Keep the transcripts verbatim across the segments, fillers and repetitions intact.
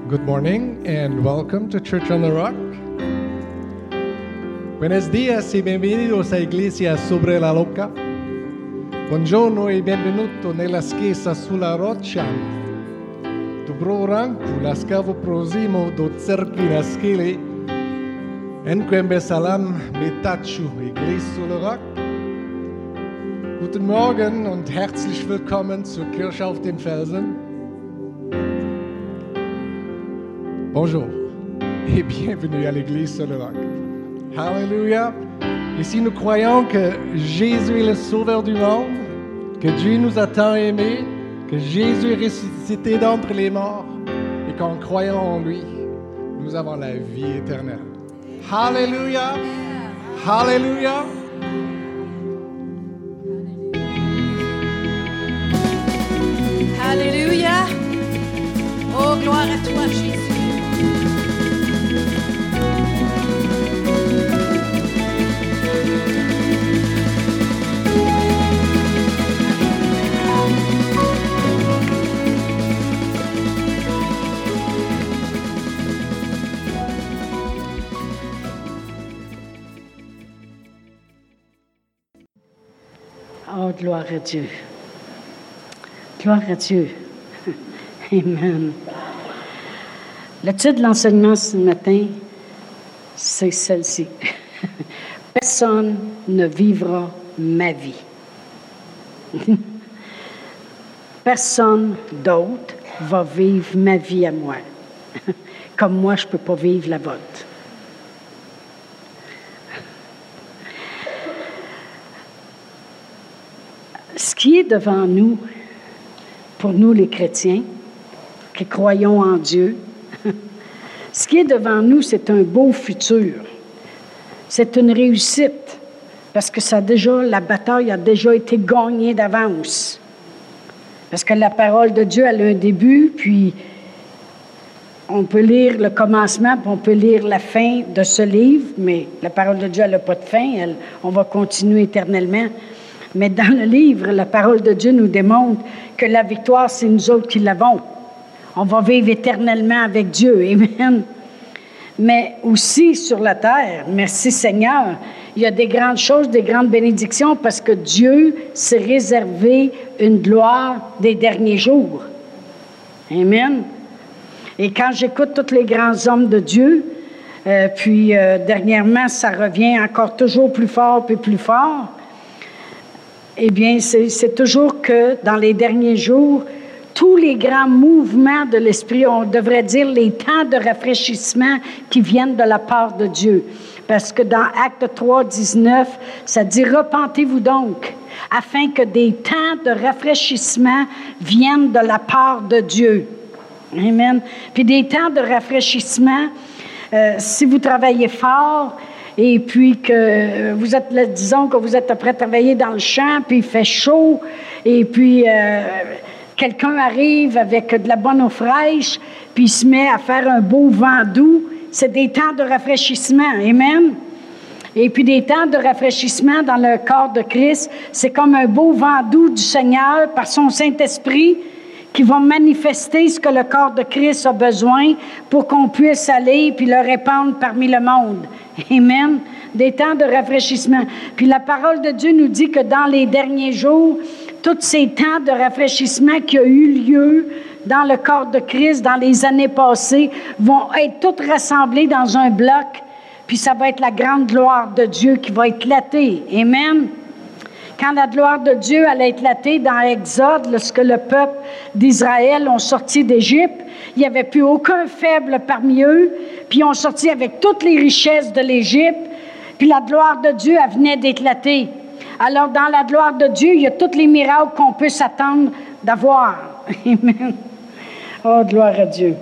Good morning and welcome to Church on the Rock. Buenos días y bienvenidos a Iglesia sobre la Rocca. Buongiorno e benvenuto nella chiesa sulla roccia. Dobro ranku laskaво prosimo do cerkvi na skeli. Enquem salam metachu Iglesia sur le Rock. Guten Morgen und herzlich willkommen zur Kirche auf den Felsen. Bonjour et bienvenue à l'Église sur le Roc. Alléluia. Ici, nous croyons que Jésus est le Sauveur du monde, que Dieu nous a tant aimés, que Jésus est ressuscité d'entre les morts et qu'en croyant en lui, nous avons la vie éternelle. Alléluia. Alléluia. Alléluia. Oh, gloire à toi, Jésus. Oh, gloire à Dieu. Gloire à Dieu. Amen. Le titre de l'enseignement ce matin, c'est celle-ci. Personne ne vivra ma vie. Personne d'autre va vivre ma vie à moi. Comme moi, je ne peux pas vivre la vôtre. Ce qui est devant nous, pour nous les chrétiens, qui croyons en Dieu, ce qui est devant nous, c'est un beau futur. C'est une réussite, parce que ça a déjà, la bataille a déjà été gagnée d'avance. Parce que la parole de Dieu, elle a un début, puis on peut lire le commencement, puis on peut lire la fin de ce livre, mais la parole de Dieu, elle n'a pas de fin, elle, on va continuer éternellement. Mais dans le livre, la parole de Dieu nous démontre que la victoire, c'est nous autres qui l'avons. On va vivre éternellement avec Dieu. Amen. Mais aussi sur la terre, merci Seigneur, il y a des grandes choses, des grandes bénédictions parce que Dieu s'est réservé une gloire des derniers jours. Amen. Et quand j'écoute tous les grands hommes de Dieu, euh, puis euh, dernièrement, ça revient encore toujours plus fort puis plus fort. Eh bien, c'est, c'est toujours que dans les derniers jours, tous les grands mouvements de l'Esprit, on devrait dire les temps de rafraîchissement qui viennent de la part de Dieu. Parce que dans Actes trois, dix-neuf, ça dit « Repentez-vous donc, afin que des temps de rafraîchissement viennent de la part de Dieu. » Amen. Puis des temps de rafraîchissement, euh, si vous travaillez fort, et puis que vous êtes, disons que vous êtes après travailler dans le champ, puis il fait chaud, et puis euh, quelqu'un arrive avec de la bonne eau fraîche, puis il se met à faire un beau vent doux. C'est des temps de rafraîchissement. Amen. Et puis des temps de rafraîchissement dans le corps de Christ, c'est comme un beau vent doux du Seigneur par son Saint-Esprit qui va manifester ce que le corps de Christ a besoin pour qu'on puisse aller puis le répandre parmi le monde. Amen. Des temps de rafraîchissement. Puis la parole de Dieu nous dit que dans les derniers jours, tous ces temps de rafraîchissement qui ont eu lieu dans le corps de Christ dans les années passées vont être tous rassemblés dans un bloc. Puis ça va être la grande gloire de Dieu qui va éclater. Amen. Quand la gloire de Dieu allait éclater dans Exode, lorsque le peuple d'Israël ont sorti d'Égypte, il n'y avait plus aucun faible parmi eux, puis ils ont sorti avec toutes les richesses de l'Égypte, puis la gloire de Dieu, elle venait d'éclater. Alors, dans la gloire de Dieu, il y a tous les miracles qu'on peut s'attendre d'avoir. Amen. Oh, gloire à Dieu.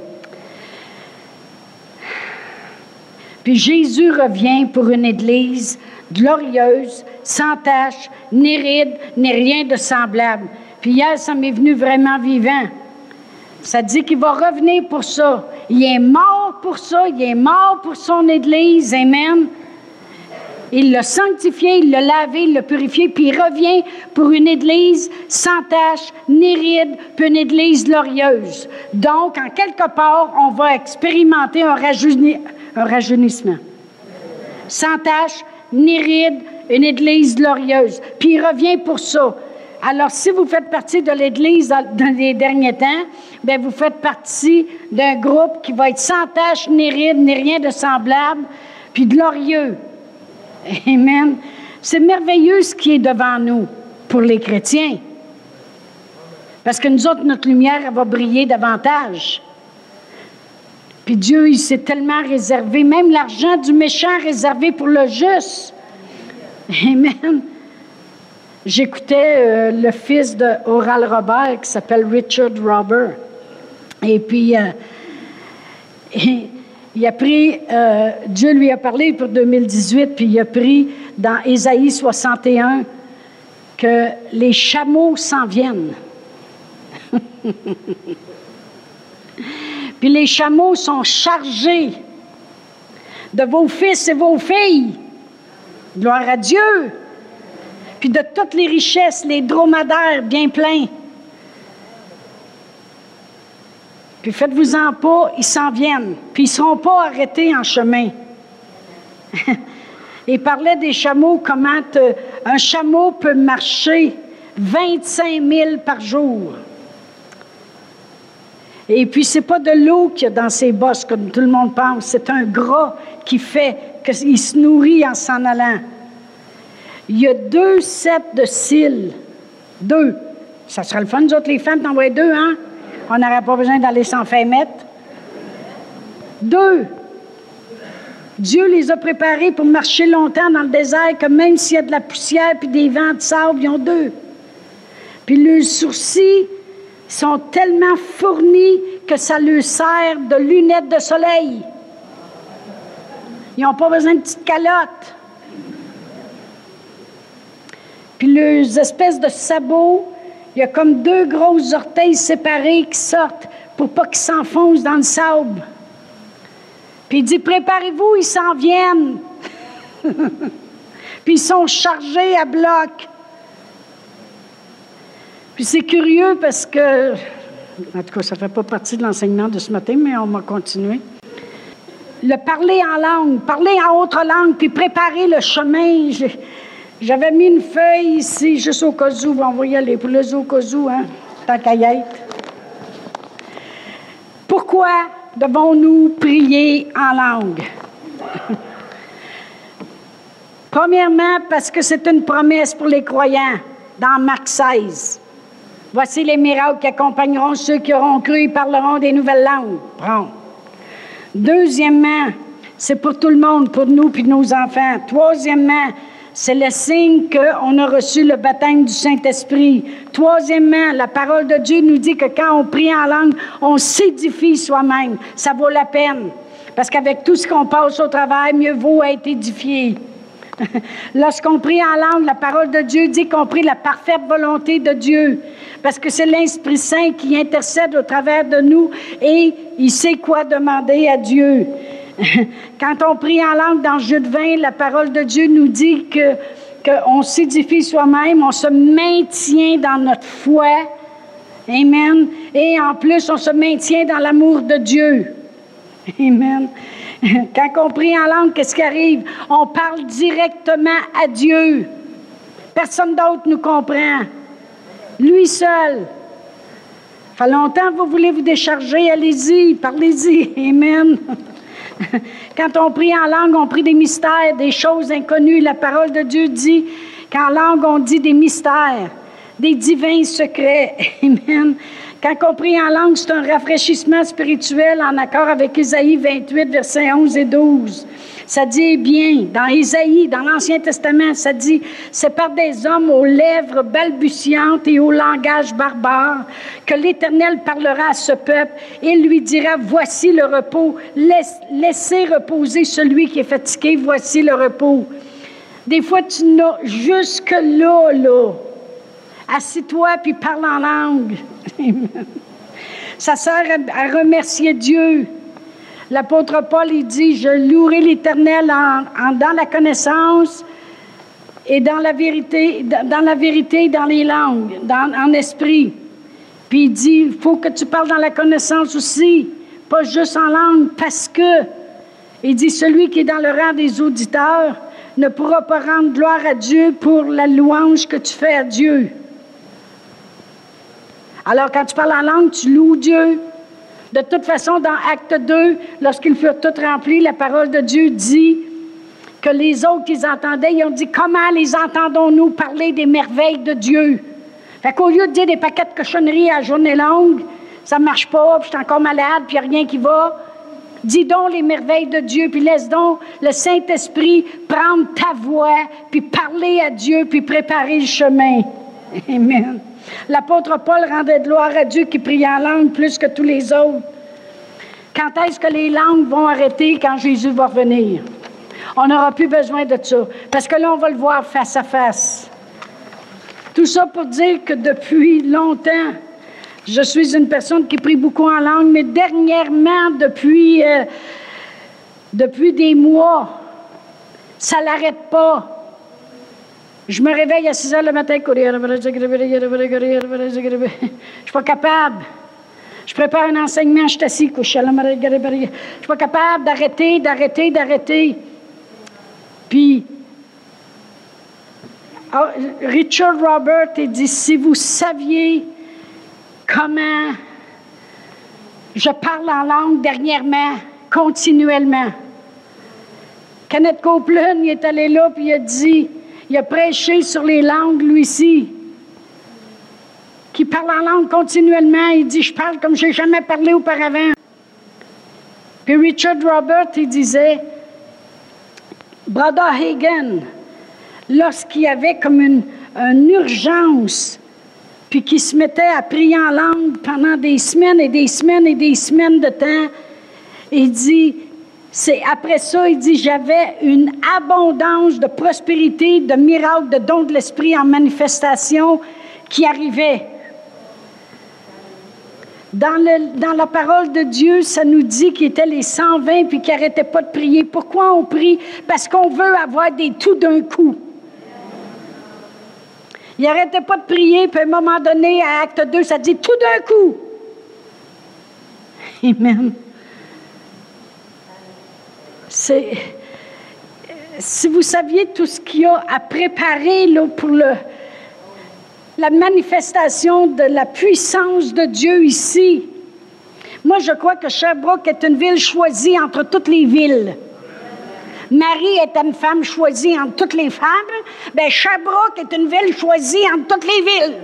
Puis Jésus revient pour une Église glorieuse, sans tache, ni ride, ni rien de semblable. Puis hier, ça m'est venu vraiment vivant. Ça dit qu'il va revenir pour ça. Il est mort pour ça, il est mort pour son Église, amen. Il l'a sanctifié, il l'a lavé, il l'a purifié, puis il revient pour une Église sans tache, ni ride, puis une Église glorieuse. Donc, en quelque part, on va expérimenter un, rajeuni, un rajeunissement. Sans tache, ni ride, une Église glorieuse. Puis il revient pour ça. Alors, si vous faites partie de l'Église dans les derniers temps, bien, vous faites partie d'un groupe qui va être sans tache, ni ride, ni rien de semblable, puis glorieux. Amen. C'est merveilleux ce qui est devant nous pour les chrétiens. Parce que nous autres, notre lumière, elle va briller davantage. Puis Dieu, il s'est tellement réservé, même l'argent du méchant réservé pour le juste. Amen. J'écoutais euh, le fils de Oral Robert qui s'appelle Richard Robert. Et puis, euh, et, il a pris, euh, Dieu lui a parlé pour deux mille dix-huit, puis il a pris dans Ésaïe soixante et un que les chameaux s'en viennent. Puis les chameaux sont chargés de vos fils et vos filles. Gloire à Dieu. Puis de toutes les richesses, les dromadaires bien pleins. Puis faites-vous-en pas, ils s'en viennent. Puis ils ne seront pas arrêtés en chemin. Il parlait des chameaux, comment te, un chameau peut marcher vingt-cinq mille par jour. Et puis, ce n'est pas de l'eau qu'il y a dans ses bosses, comme tout le monde pense. C'est un gras qui fait qu'il se nourrit en s'en allant. Il y a deux sets de cils. Deux. Ça sera le fun, nous autres, les femmes, t'envoyer deux, hein? On n'aurait pas besoin d'aller s'en faire mettre. Deux. Dieu les a préparés pour marcher longtemps dans le désert, que même s'il y a de la poussière puis des vents de sable, ils ont deux. Puis leurs sourcils sont tellement fournis que ça leur sert de lunettes de soleil. Ils n'ont pas besoin de petites calottes. Puis leurs espèces de sabots, il y a comme deux grosses orteils séparés qui sortent pour pas qu'ils s'enfoncent dans le sable. Puis il dit, préparez-vous, ils s'en viennent. Puis ils sont chargés à bloc. Puis c'est curieux parce que, en tout cas, ça ne fait pas partie de l'enseignement de ce matin, mais on va continuer. Le parler en langue, parler en autre langue, puis préparer le chemin. J'ai, j'avais mis une feuille ici, juste au cas où, on va y aller, pour le au cas où, hein, tant qu'à y être. Pourquoi devons-nous prier en langue? Premièrement, parce que c'est une promesse pour les croyants, dans Marc seize. Voici les miracles qui accompagneront ceux qui auront cru et parleront des nouvelles langues. Prends. Deuxièmement, c'est pour tout le monde, pour nous puis nos enfants. Troisièmement, c'est le signe qu'on a reçu le baptême du Saint-Esprit. Troisièmement, la parole de Dieu nous dit que quand on prie en langue, on s'édifie soi-même. Ça vaut la peine. Parce qu'avec tout ce qu'on passe au travail, mieux vaut être édifié. Lorsqu'on prie en langue, la parole de Dieu dit qu'on prie la parfaite volonté de Dieu. Parce que c'est l'Esprit Saint qui intercède au travers de nous et il sait quoi demander à Dieu. Quand on prie en langue dans Jude vingt, la parole de Dieu nous dit que, qu'on s'édifie soi-même, on se maintient dans notre foi. Amen. Et en plus, on se maintient dans l'amour de Dieu. Amen. Quand on prie en langue, qu'est-ce qui arrive? On parle directement à Dieu. Personne d'autre nous comprend. Lui seul. Ça fait longtemps que vous voulez vous décharger, allez-y, parlez-y. Amen. Quand on prie en langue, on prie des mystères, des choses inconnues. La parole de Dieu dit qu'en langue, on dit des mystères, des divins secrets. Amen. Quand on prie en langue, c'est un rafraîchissement spirituel en accord avec Ésaïe vingt-huit, versets onze et douze. Ça dit bien, dans Ésaïe, dans l'Ancien Testament, ça dit « C'est par des hommes aux lèvres balbutiantes et au langage barbare que l'Éternel parlera à ce peuple et lui dira « Voici le repos, Laisse, laissez reposer celui qui est fatigué, voici le repos. » Des fois, tu n'as jusque-là, là. Assis-toi puis parle en langue. Ça sert à, à remercier Dieu. L'apôtre Paul, il dit, « Je louerai l'Éternel en, en, dans la connaissance et dans la vérité, dans, dans la vérité, dans les langues, dans, en esprit. » Puis il dit, il faut que tu parles dans la connaissance aussi, pas juste en langue, parce que, il dit, celui qui est dans le rang des auditeurs ne pourra pas rendre gloire à Dieu pour la louange que tu fais à Dieu. Alors, quand tu parles en langue, tu loues Dieu. De toute façon, dans Acte deux, lorsqu'ils furent tous remplis, la parole de Dieu dit que les autres qu'ils entendaient, ils ont dit, comment les entendons-nous parler des merveilles de Dieu? Fait qu'au lieu de dire des paquets de cochonneries à journée longue, ça ne marche pas, puis je suis encore malade, puis il n'y a rien qui va. Dis donc les merveilles de Dieu, puis laisse donc le Saint-Esprit prendre ta voix, puis parler à Dieu, puis préparer le chemin. Amen. L'apôtre Paul rendait gloire à Dieu qui priait en langue plus que tous les autres. Quand est-ce que les langues vont arrêter? Quand Jésus va revenir. On n'aura plus besoin de ça, parce que là, on va le voir face à face. Tout ça pour dire que depuis longtemps, je suis une personne qui prie beaucoup en langue, mais dernièrement, depuis, euh, depuis des mois, ça ne l'arrête pas. Je me réveille à six heures le matin. Je ne suis pas capable. Je prépare un enseignement, je suis assis. Je ne suis pas capable d'arrêter, d'arrêter, d'arrêter. Puis, Richard Robert a dit, si vous saviez comment je parle en langue dernièrement, continuellement. Kenneth Copeland, il est allé là, puis il a dit, il a prêché sur les langues, lui-ci, qui parle en langue continuellement. Il dit, je parle comme je n'ai jamais parlé auparavant. Puis Richard Robert, il disait, Brother Hagin, lorsqu'il y avait comme une, une urgence, puis qu'il se mettait à prier en langue pendant des semaines et des semaines et des semaines de temps, il dit, c'est après ça, il dit, j'avais une abondance de prospérité, de miracles, de dons de l'esprit en manifestation qui arrivait. Dans, le, dans la parole de Dieu, ça nous dit qu'il était les cent vingt puis qu'ils n'arrêtaient pas de prier. Pourquoi on prie? Parce qu'on veut avoir des tout d'un coup. Ils n'arrêtaient pas de prier, puis à un moment donné, à Acte deux, ça dit tout d'un coup. Amen. C'est, si vous saviez tout ce qu'il y a à préparer là, pour le, la manifestation de la puissance de Dieu ici, moi je crois que Sherbrooke est une ville choisie entre toutes les villes. Marie est une femme choisie entre toutes les femmes, bien Sherbrooke est une ville choisie entre toutes les villes.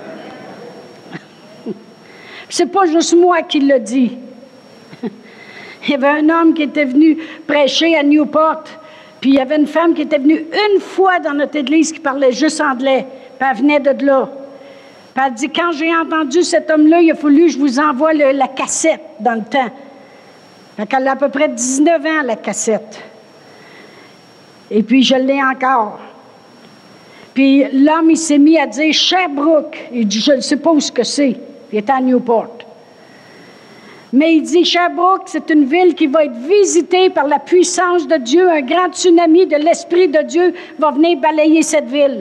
C'est pas juste moi qui le dis. Il y avait un homme qui était venu prêcher à Newport, puis il y avait une femme qui était venue une fois dans notre église qui parlait juste anglais, puis elle venait de là. Puis elle dit, quand j'ai entendu cet homme-là, il a fallu que je vous envoie le, la cassette dans le temps. Fait qu'elle a à peu près dix-neuf ans, la cassette. Et puis, je l'ai encore. Puis, l'homme, il s'est mis à dire Sherbrooke. Il dit, je ne sais pas où ce que c'est. Il était à Newport. Mais il dit, Sherbrooke, c'est une ville qui va être visitée par la puissance de Dieu. Un grand tsunami de l'Esprit de Dieu va venir balayer cette ville.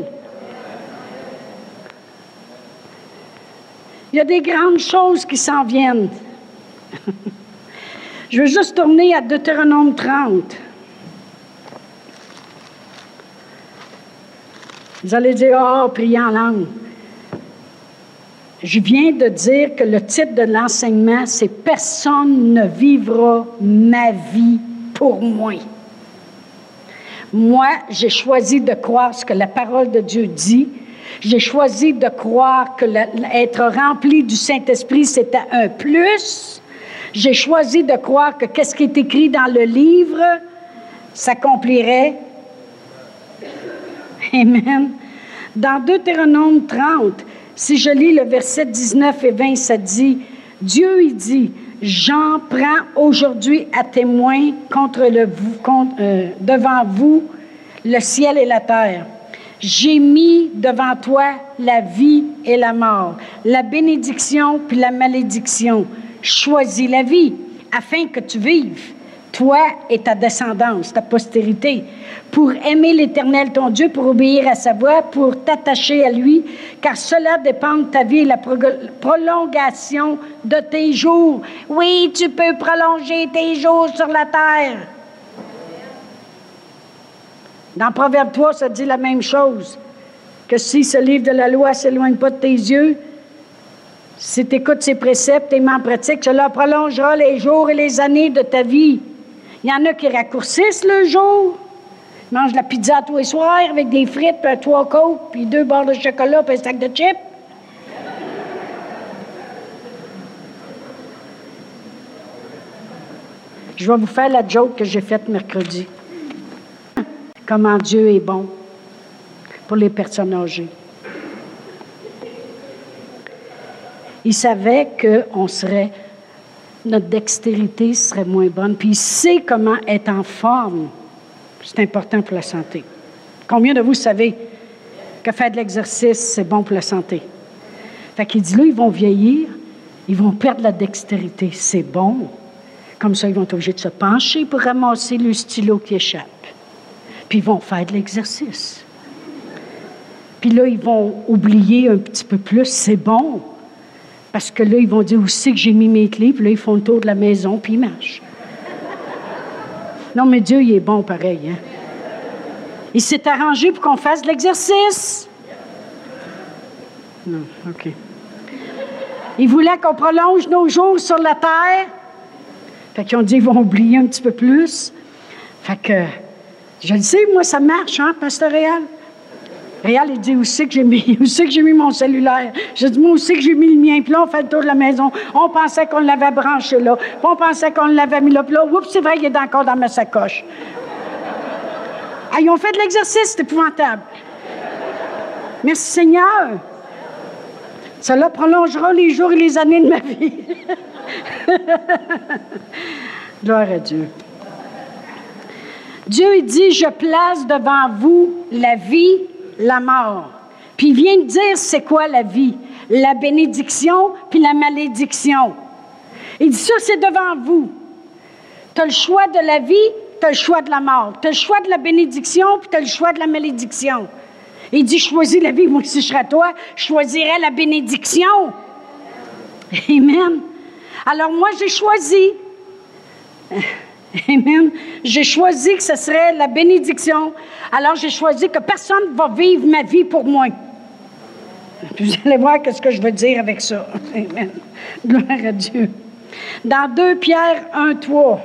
Il y a des grandes choses qui s'en viennent. Je veux juste tourner à Deutéronome trente. Vous allez dire, ah, oh, prier en langue. Je viens de dire que le titre de l'enseignement, c'est « Personne ne vivra ma vie pour moi ». Moi, j'ai choisi de croire ce que la parole de Dieu dit. J'ai choisi de croire que la, être rempli du Saint-Esprit, c'était un plus. J'ai choisi de croire que qu'est-ce qui est écrit dans le livre s'accomplirait. Amen. Dans Deutéronome trente, si je lis le verset dix-neuf et vingt, ça dit, Dieu, il dit, j'en prends aujourd'hui à témoin contre le, contre, euh, devant vous le ciel et la terre. J'ai mis devant toi la vie et la mort, la bénédiction puis la malédiction. Choisis la vie. afin que tu vives, toi et ta descendance, ta postérité, pour aimer l'Éternel ton Dieu, pour obéir à sa voix, pour t'attacher à lui, car cela dépend de ta vie et la pro- prolongation de tes jours. Oui, tu peux prolonger tes jours sur la terre. Dans Proverbe trois, ça dit la même chose, que si ce livre de la loi ne s'éloigne pas de tes yeux, si tu écoutes ses préceptes et mets en pratique, cela prolongera les jours et les années de ta vie. Il y en a qui raccourcissent le jour, mangent la pizza tous les soirs avec des frites, puis trois côtes, puis deux barres de chocolat, puis un sac de chips. Je vais vous faire la joke que j'ai faite mercredi. Comment Dieu est bon pour les personnes âgées. Il savait qu'on serait, notre dextérité serait moins bonne, puis il sait comment être en forme. C'est important pour la santé. Combien de vous savez que faire de l'exercice, c'est bon pour la santé? Fait qu'il dit là, ils vont vieillir, ils vont perdre la dextérité. C'est bon. Comme ça, ils vont être obligés de se pencher pour ramasser le stylo qui échappe. Puis ils vont faire de l'exercice. Puis là, ils vont oublier un petit peu plus. C'est bon. Parce que là, ils vont dire aussi que j'ai mis mes clés, puis là, ils font le tour de la maison, puis ils marchent. Non, mais Dieu, il est bon pareil. Hein? Il s'est arrangé pour qu'on fasse de l'exercice. Non, OK. Il voulait qu'on prolonge nos jours sur la terre. Fait qu'ils ont dit, ils vont oublier un petit peu plus. Fait que, je le sais, moi, ça marche, hein, Pasteur Réal? Réal, il dit aussi que j'ai mis, aussi que j'ai mis mon cellulaire. J'ai dit, moi aussi que j'ai mis le mien. Puis là, on fait le tour de la maison. On pensait qu'on l'avait branché là. Puis on pensait qu'on l'avait mis là. Puis là, oups, c'est vrai, il est encore dans ma sacoche. Ah, ils ont fait de l'exercice, c'est épouvantable. Merci Seigneur. Cela prolongera les jours et les années de ma vie. Gloire à Dieu. Dieu, il dit, je place devant vous la vie, la mort. Puis il vient de dire c'est quoi la vie, la bénédiction puis la malédiction. Il dit ça, c'est devant vous. Tu as le choix de la vie, tu as le choix de la mort. Tu as le choix de la bénédiction puis tu as le choix de la malédiction. Il dit, choisis la vie, moi si je serais toi, je choisirais la bénédiction. Amen. Alors moi, j'ai choisi. Amen. J'ai choisi que ce serait la bénédiction. Alors, j'ai choisi que personne ne va vivre ma vie pour moi. Puis vous allez voir ce que je veux dire avec ça. Amen. Gloire à Dieu. Dans deux Pierre un, trois.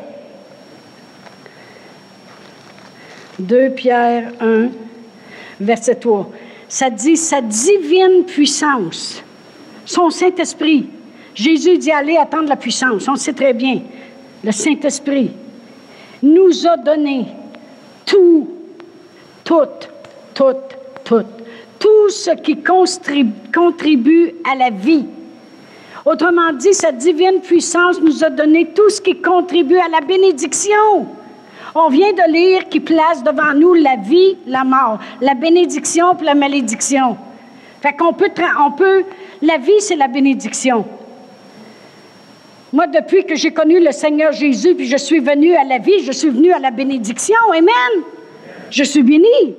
deux Pierre un, verset trois. Ça dit, sa divine puissance, son Saint-Esprit. Jésus dit, allez attendre la puissance. On le sait très bien. Le Saint-Esprit nous a donné tout, tout, tout, tout, tout ce qui contribue à la vie. Autrement dit, sa divine puissance nous a donné tout ce qui contribue à la bénédiction. On vient de lire qu'il place devant nous la vie, la mort, la bénédiction puis la malédiction. Fait qu'on peut, on peut, la vie, c'est la bénédiction. Moi, depuis que j'ai connu le Seigneur Jésus, puis je suis venue à la vie, je suis venue à la bénédiction. Amen. Je suis bénie.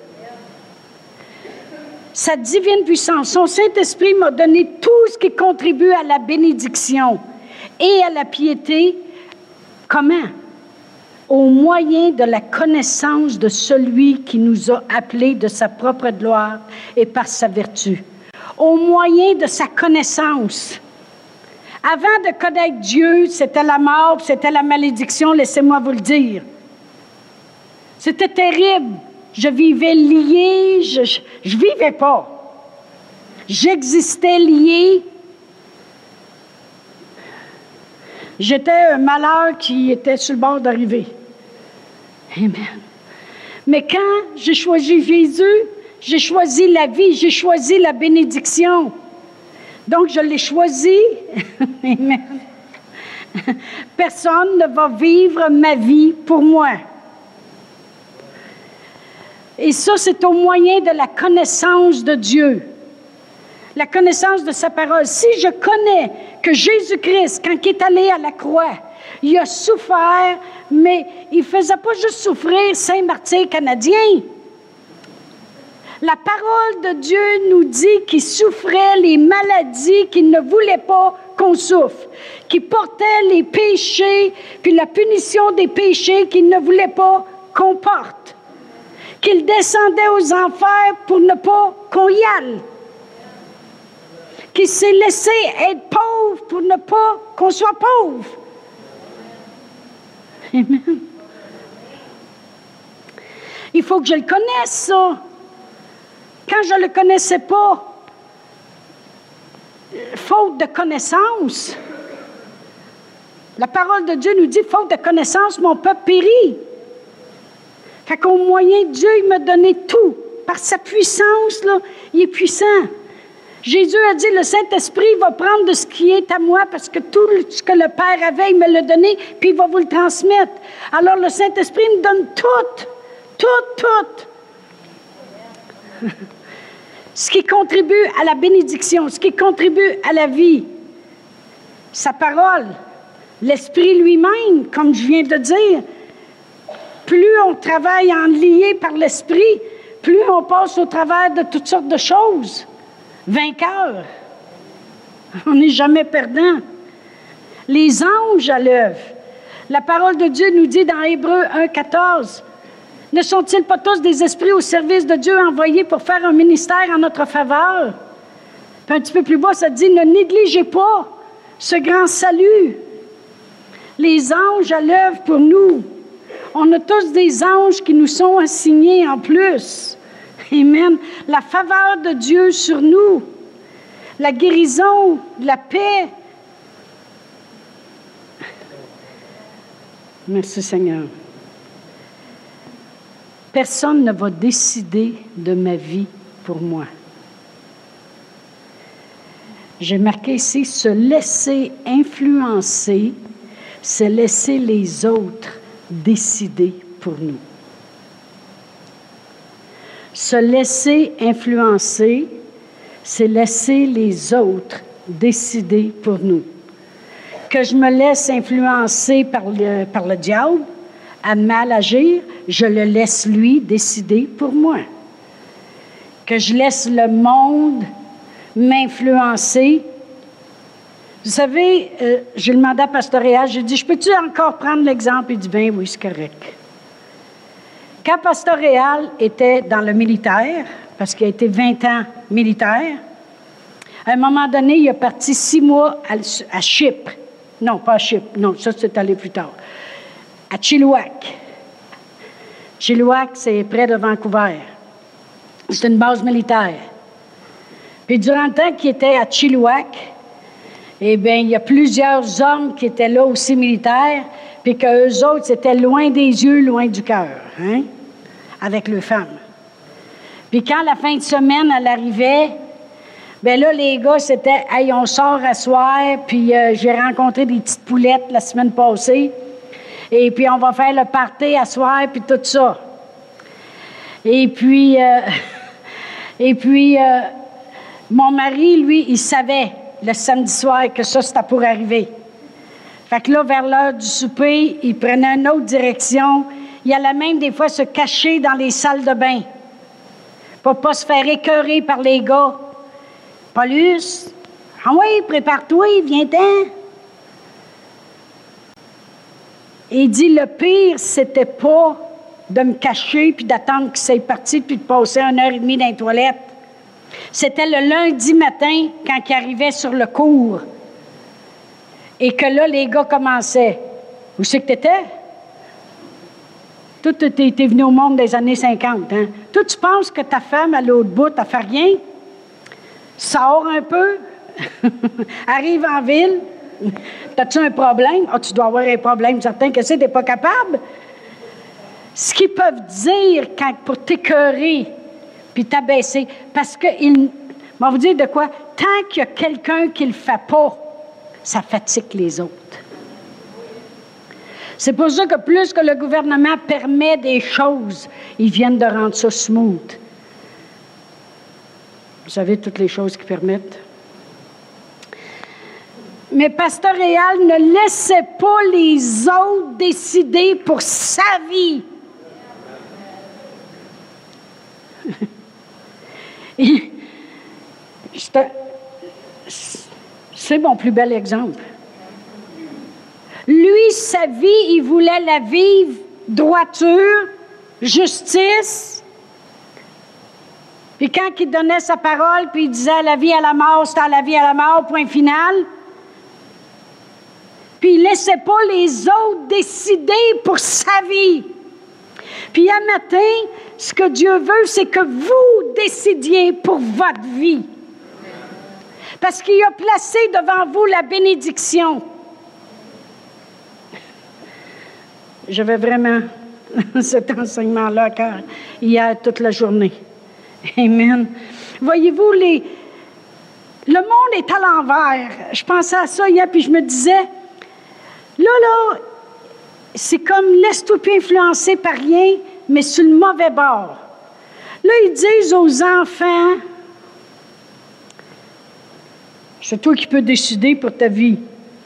Sa divine puissance, son Saint-Esprit m'a donné tout ce qui contribue à la bénédiction et à la piété. Comment? Au moyen de la connaissance de celui qui nous a appelés de sa propre gloire et par sa vertu. Au moyen de sa connaissance. Avant de connaître Dieu, c'était la mort, c'était la malédiction, laissez-moi vous le dire. C'était terrible. Je vivais lié, je ne vivais pas. J'existais lié. J'étais un malheur qui était sur le bord d'arriver. Amen. Mais quand j'ai choisi Jésus, j'ai choisi la vie, j'ai choisi la bénédiction. Donc, je l'ai choisi. Amen. Personne ne va vivre ma vie pour moi. Et ça, c'est au moyen de la connaissance de Dieu. La connaissance de sa parole. Si je connais que Jésus-Christ, quand il est allé à la croix, Il a souffert, mais il ne faisait pas juste souffrir Saint-Martyr canadien. La parole de Dieu nous dit qu'il souffrait les maladies qu'il ne voulait pas qu'on souffre, qu'il portait les péchés, puis la punition des péchés qu'il ne voulait pas qu'on porte, qu'il descendait aux enfers pour ne pas qu'on y aille, qu'il s'est laissé être pauvre pour ne pas qu'on soit pauvre. Amen. Il faut que je le connaisse, ça. Quand je ne le connaissais pas, faute de connaissance, la parole de Dieu nous dit, faute de connaissance, mon peuple périt. Fait qu'au moyen de Dieu, il m'a donné tout. Par sa puissance, là, il est puissant. Jésus a dit, le Saint-Esprit va prendre de ce qui est à moi, parce que tout ce que le Père avait, il me l'a donné, puis il va vous le transmettre. Alors le Saint-Esprit me donne tout, tout, tout. Ce qui contribue à la bénédiction, ce qui contribue à la vie. Sa parole, l'Esprit lui-même, comme je viens de dire. Plus on travaille en lié par l'Esprit, plus on passe au travers de toutes sortes de choses. Vainqueur. On n'est jamais perdant. Les anges à l'œuvre. La parole de Dieu nous dit dans Hébreux un, quatorze, ne sont-ils pas tous des esprits au service de Dieu envoyés pour faire un ministère en notre faveur? Puis un petit peu plus bas, ça dit, ne négligez pas ce grand salut. Les anges à l'œuvre pour nous. On a tous des anges qui nous sont assignés en plus. Amen. La faveur de Dieu sur nous. La guérison, la paix. Merci Seigneur. Personne ne va décider de ma vie pour moi. J'ai marqué ici, se laisser influencer, c'est laisser les autres décider pour nous. Se laisser influencer, c'est laisser les autres décider pour nous. Que je me laisse influencer par le, par le diable, à mal agir, je le laisse lui décider pour moi. Que je laisse le monde m'influencer. Vous savez, euh, j'ai demandé à Pastoréal, j'ai dit, je peux-tu encore prendre l'exemple? Il dit, bien oui, c'est correct. Quand Pastoréal était dans le militaire, parce qu'il a été vingt ans militaire, à un moment donné, il est parti six mois à, à Chypre. Non, pas à Chypre, non, ça c'est allé plus tard. À Chilliwack. Chilliwack, c'est près de Vancouver. C'est une base militaire. Puis durant le temps qu'il était à Chilliwack, eh bien, il y a plusieurs hommes qui étaient là aussi militaires, puis qu'eux autres, c'était loin des yeux, loin du cœur, hein, avec leurs femmes. Puis quand la fin de semaine, elle arrivait, bien là, les gars, c'était « Hey, on sort à soir, puis euh, j'ai rencontré des petites poulettes la semaine passée, et puis on va faire le party à soir, puis tout ça. » Et puis, euh, et puis euh, mon mari, lui, il savait le samedi soir que ça, c'était pour arriver. Fait que là, vers l'heure du souper, il prenait une autre direction. Il allait même des fois se cacher dans les salles de bain pour ne pas se faire écœurer par les gars. « Paulus, ah oui, prépare-toi, viens-t'en. » Et il dit, le pire, c'était pas de me cacher puis d'attendre qu'il s'est parti puis de passer une heure et demie dans les toilettes. C'était le lundi matin, quand il arrivait sur le cours, et que là, les gars commençaient. Où c'est que tu étais? Toi, tu étais venu au monde des années cinquante. Hein? Toi, tu penses que ta femme, à l'autre bout, elle fait rien? Sors un peu, arrive en ville. T'as-tu un problème? Ah, tu dois avoir un problème certain que c'est, t'es pas capable. Ce qu'ils peuvent dire quand, pour t'écœurer, puis t'abaisser, parce que, il, on va vous dire de quoi? Tant qu'il y a quelqu'un qui le fait pas, ça fatigue les autres. C'est pour ça que plus que le gouvernement permet des choses, ils viennent de rendre ça smooth. Vous savez, toutes les choses qu'ils permettent. Mais Pasteur Réal ne laissait pas les autres décider pour sa vie. C'est mon plus bel exemple. Lui, sa vie, il voulait la vivre droiture, justice. Puis quand il donnait sa parole, puis il disait la vie à la mort, c'était à la vie à la mort, point final. Puis il ne laissait pas les autres décider pour sa vie. Puis un matin, ce que Dieu veut, c'est que vous décidiez pour votre vie. Parce qu'il a placé devant vous la bénédiction. J'avais vraiment cet enseignement-là car hier, toute la journée. Amen. Voyez-vous, les... le monde est à l'envers. Je pensais à ça hier, puis je me disais, là, là, c'est comme laisse-toi plus influencer par rien, mais sur le mauvais bord. Là, ils disent aux enfants, c'est toi qui peux décider pour ta vie.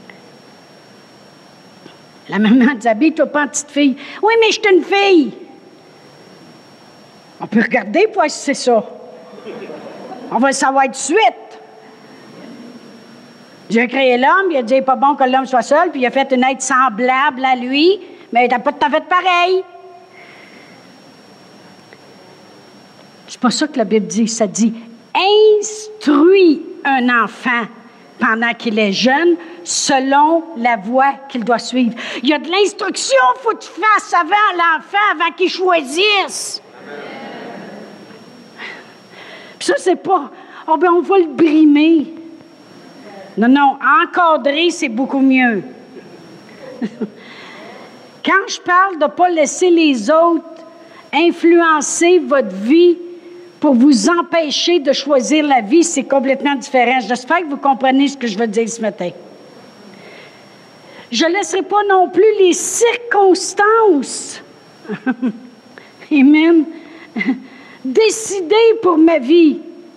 La maman dit, habille-toi pas en petite fille. Oui, mais je suis une fille. On peut regarder pour voir si c'est ça. On va le savoir tout de suite. Dieu a créé l'homme, il a dit, il n'est pas bon que l'homme soit seul, puis il a fait une être semblable à lui, mais il n'a pas tout à fait pareil. C'est pas ça que la Bible dit. Ça dit, instruis un enfant pendant qu'il est jeune, selon la voie qu'il doit suivre. Il y a de l'instruction qu'il faut que tu fasses avant l'enfant, avant qu'il choisisse. Puis ça, c'est pas, oh ben on va le brimer. Non, non, encadrer, c'est beaucoup mieux. Quand je parle de ne pas laisser les autres influencer votre vie pour vous empêcher de choisir la vie, c'est complètement différent. J'espère que vous comprenez ce que je veux dire ce matin. Je ne laisserai pas non plus les circonstances, amen, décider pour ma vie.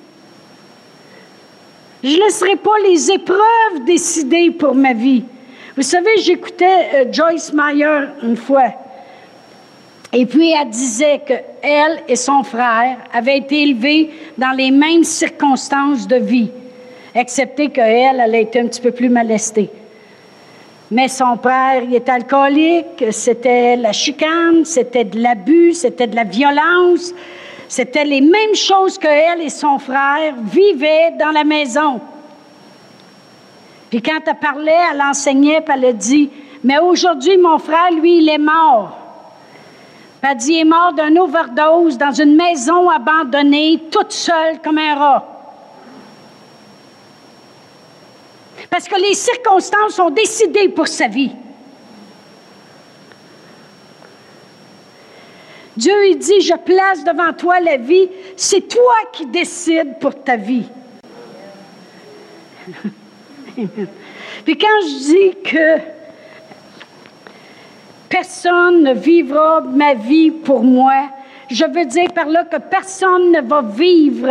Je ne laisserai pas les épreuves décider pour ma vie. Vous savez, j'écoutais euh, Joyce Meyer une fois. Et puis, elle disait qu'elle et son frère avaient été élevés dans les mêmes circonstances de vie, excepté qu'elle, elle a été un petit peu plus molestée. Mais son père, il était alcoolique, c'était la chicane, c'était de l'abus, c'était de la violence. C'était les mêmes choses qu'elle et son frère vivaient dans la maison. Puis quand elle parlait, elle enseignait, puis elle a dit, « Mais aujourd'hui, mon frère, lui, il est mort. » Puis elle dit, « Il est mort d'une overdose dans une maison abandonnée, toute seule comme un rat. » Parce que les circonstances sont décidées pour sa vie. Dieu, il dit, je place devant toi la vie. C'est toi qui décides pour ta vie. Puis quand je dis que personne ne vivra ma vie pour moi, je veux dire par là que personne ne va vivre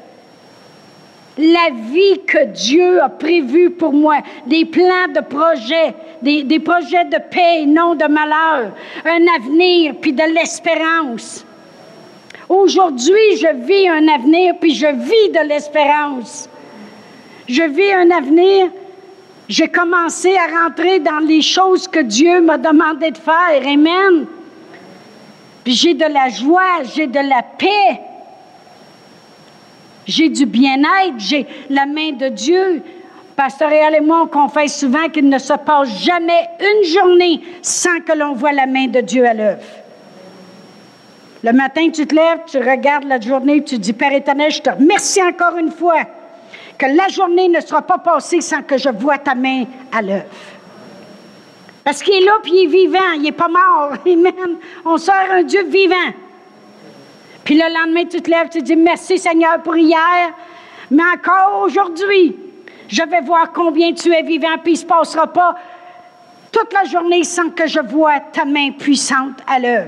la vie que Dieu a prévue pour moi, des plans de projets, des, des projets de paix, non de malheur, un avenir, puis de l'espérance. Aujourd'hui, je vis un avenir, puis je vis de l'espérance. Je vis un avenir, j'ai commencé à rentrer dans les choses que Dieu m'a demandé de faire, amen. Puis j'ai de la joie, j'ai de la paix. J'ai du bien-être, j'ai la main de Dieu. Pasteur Réal et moi, on confesse souvent qu'il ne se passe jamais une journée sans que l'on voit la main de Dieu à l'œuvre. Le matin, tu te lèves, tu regardes la journée, tu dis, Père éternel, je te remercie encore une fois que la journée ne sera pas passée sans que je voie ta main à l'œuvre. Parce qu'il est là, puis il est vivant, il n'est pas mort. Amen. On sert un Dieu vivant. Puis le lendemain, tu te lèves, tu dis, merci Seigneur pour hier, mais encore aujourd'hui, je vais voir combien tu es vivant, puis il ne se passera pas toute la journée sans que je voie ta main puissante à l'œuvre.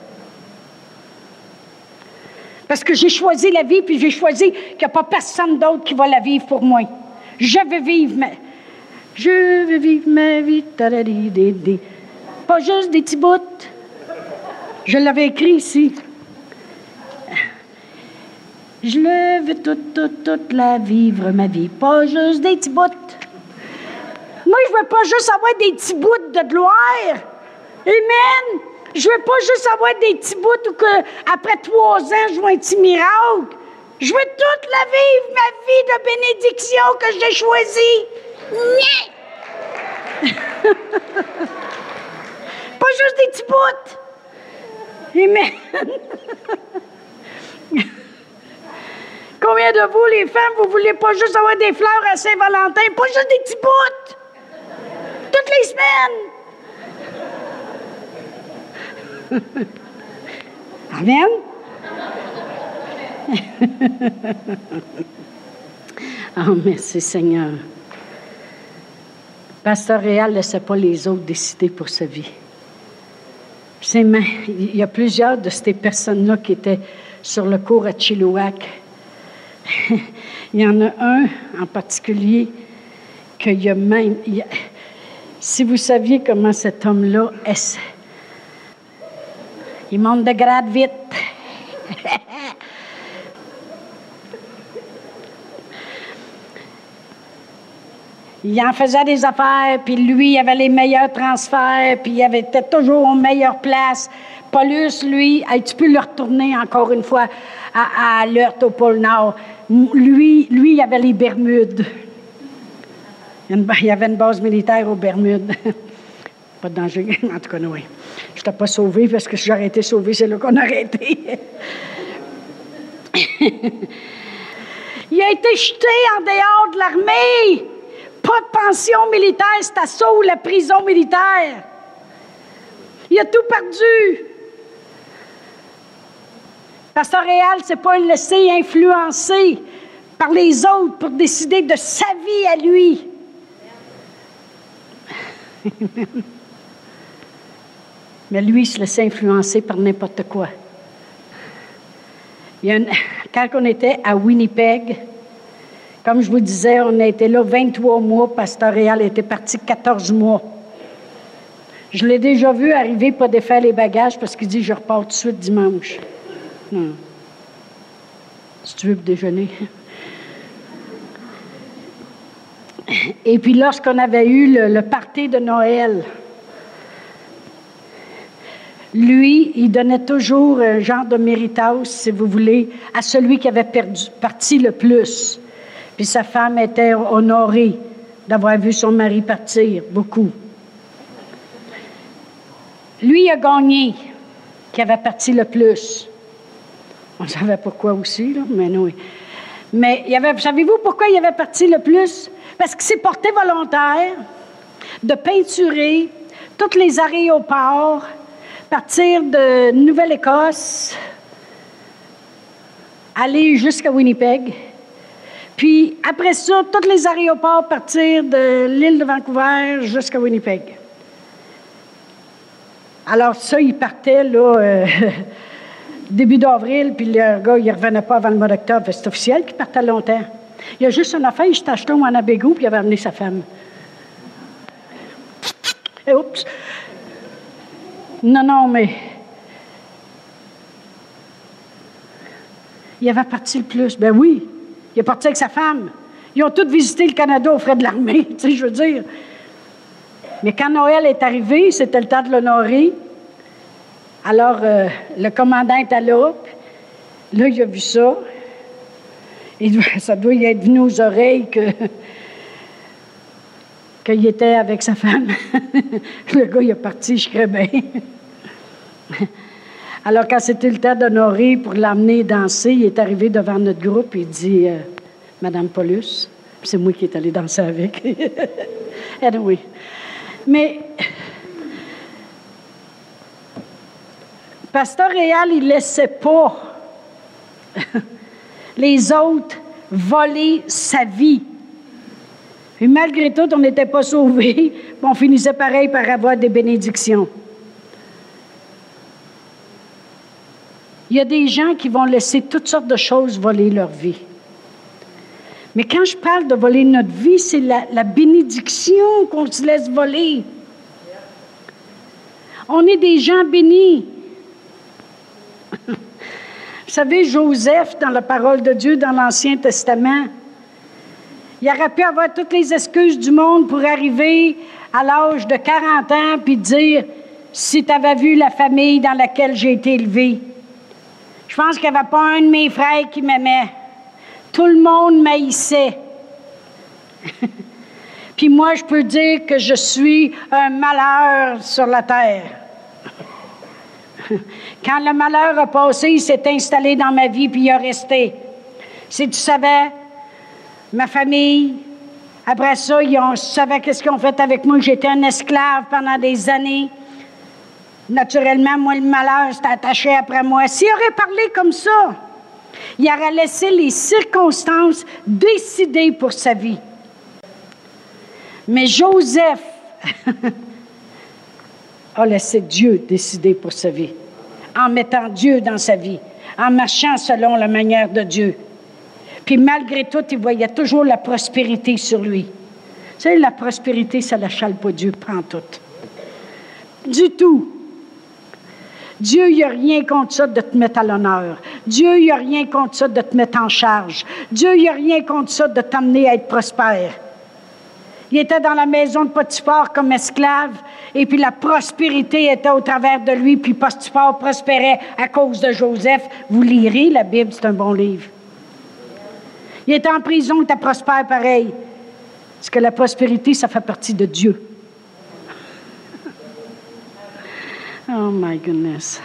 Parce que j'ai choisi la vie, puis j'ai choisi qu'il n'y a pas personne d'autre qui va la vivre pour moi. Je veux vivre ma, Je veux vivre ma vie, tadadididi. Pas juste des petits bouts. Je l'avais écrit ici. Je le veux toute, toute, toute la vivre, ma vie. Pas juste des petits bouts. Moi, je veux pas juste avoir des petits bouts de gloire. Amen. Je veux pas juste avoir des petits bouts où que, après trois ans, je vois un petit miracle. Je veux toute la vivre, ma vie de bénédiction que j'ai choisie. Pas juste des petits bouts. Amen. Combien de vous, les femmes, vous voulez pas juste avoir des fleurs à Saint-Valentin, pas juste des petits bouts. Toutes les semaines. Amen. Oh, merci Seigneur. Pasteur Réal ne laissait pas les autres décider pour sa vie. Il y a plusieurs de ces personnes-là qui étaient sur le cours à Chilliwack. Il y en a un en particulier qu'il y a même... Il y a, si vous saviez comment cet homme-là est... Il monte de grade vite. Il en faisait des affaires, puis lui, il avait les meilleurs transferts, puis il avait, était toujours aux meilleures places. Paulus, lui, hey, tu peux le retourner encore une fois à, à l'Earth au pôle Nord. Lui, lui, il avait les Bermudes. Il y avait une base militaire aux Bermudes. Pas de danger. En tout cas, oui. Je n'étais pas sauvée parce que si j'aurais été sauvée, c'est là qu'on aurait été. Il a été jeté en dehors de l'armée. Pas de pension militaire, c'est à ça ou la prison militaire. Il a tout perdu. Pasteur Réal, c'est pas le laisser influencer par les autres pour décider de sa vie à lui. Mais lui, il se laissait influencer par n'importe quoi. Il y a une... Quand on était à Winnipeg, comme je vous disais, on a été là vingt-trois mois. Pasteur Réal était parti quatorze mois. Je l'ai déjà vu arriver pour défaire les bagages parce qu'il dit « Je repars tout de suite dimanche. » Non. Si tu veux pour déjeuner. Et puis lorsqu'on avait eu le, le party de Noël, lui, il donnait toujours un genre de méritage, si vous voulez, à celui qui avait perdu, parti le plus. Puis sa femme était honorée d'avoir vu son mari partir, beaucoup. Lui, il a gagné, qui avait parti le plus. On savait pourquoi aussi, là, mais non. Mais il avait, savez-vous pourquoi il avait parti le plus? Parce qu'il s'est porté volontaire de peinturer tous les aéroports, partir de Nouvelle-Écosse, aller jusqu'à Winnipeg. Puis, après ça, tous les aéroports partir de l'île de Vancouver jusqu'à Winnipeg. Alors, ça, il partait, là, euh, début d'avril, puis le gars, il ne revenait pas avant le mois d'octobre. C'est officiel qu'il partait longtemps. Il y a juste une affaire, il s'est acheté un Winnebago, puis il avait amené sa femme. Et oups! Non, non, mais... Il avait parti le plus. Ben oui! Il est parti avec sa femme. Ils ont tous visité le Canada aux frais de l'armée, tu sais, je veux dire. Mais quand Noël est arrivé, c'était le temps de l'honorer. Alors, euh, le commandant était là. Là, il a vu ça. Et ça doit y être venu aux oreilles que qu'il était avec sa femme. Le gars, il est parti, je crée bien. Alors, quand c'était le temps d'honorer pour l'amener danser, il est arrivé devant notre groupe et il dit euh, « Madame Paulus », c'est moi qui est allé danser avec. Anyway. Mais, Pasteur Réal, il ne laissait pas les autres voler sa vie. Et malgré tout, on n'était pas sauvés, on finissait pareil par avoir des bénédictions. Il y a des gens qui vont laisser toutes sortes de choses voler leur vie. Mais quand je parle de voler notre vie, c'est la, la bénédiction qu'on se laisse voler. On est des gens bénis. Vous savez, Joseph, dans la parole de Dieu, dans l'Ancien Testament, il aurait pu avoir toutes les excuses du monde pour arriver à l'âge de quarante ans puis dire « Si tu avais vu la famille dans laquelle j'ai été élevé, je pense qu'il n'y avait pas un de mes frères qui m'aimait. Tout le monde m'haïssait. Puis moi, je peux dire que je suis un malheur sur la terre. Quand le malheur a passé, il s'est installé dans ma vie, puis il a resté. Si tu savais, ma famille, après ça, ils ont, savaient qu'est-ce qu'ils ont fait avec moi. J'étais un esclave pendant des années. Naturellement, moi, le malheur s'est attaché après moi. S'il aurait parlé comme ça, il aurait laissé les circonstances décider pour sa vie. Mais Joseph a laissé Dieu décider pour sa vie, en mettant Dieu dans sa vie, en marchant selon la manière de Dieu. Puis malgré tout, il voyait toujours la prospérité sur lui. Vous savez, la prospérité, ça ne l'achale pas Dieu, prend tout. Du tout. Dieu, il n'y a rien contre ça de te mettre à l'honneur. Dieu, il n'y a rien contre ça de te mettre en charge. Dieu, il n'y a rien contre ça de t'amener à être prospère. Il était dans la maison de Potiphar comme esclave, et puis la prospérité était au travers de lui, puis Potiphar prospérait à cause de Joseph. Vous lirez la Bible, c'est un bon livre. Il était en prison, il était prospère pareil. Parce que la prospérité, ça fait partie de Dieu. Oh my goodness.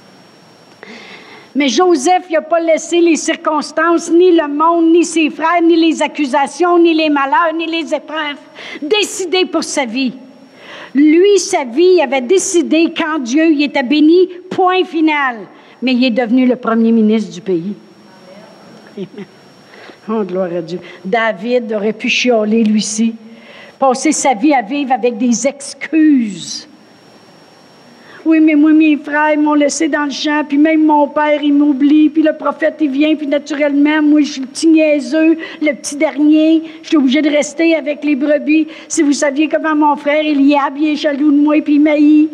Mais Joseph, il n'a pas laissé les circonstances, ni le monde, ni ses frères, ni les accusations, ni les malheurs, ni les épreuves décider pour sa vie. Lui, sa vie, il avait décidé quand Dieu il était béni, point final. Mais il est devenu le premier ministre du pays. Amen. Oh, gloire à Dieu. David aurait pu chialer, lui-ci, passer sa vie à vivre avec des excuses. Oui, mais moi, mes frères m'ont laissé dans le champ, puis même mon père, il m'oublie, puis le prophète, il vient, puis naturellement, moi, je suis le petit niaiseux, le petit dernier, je suis obligé de rester avec les brebis. Si vous saviez comment mon frère, il y a, il est jaloux de moi, puis il m'haït.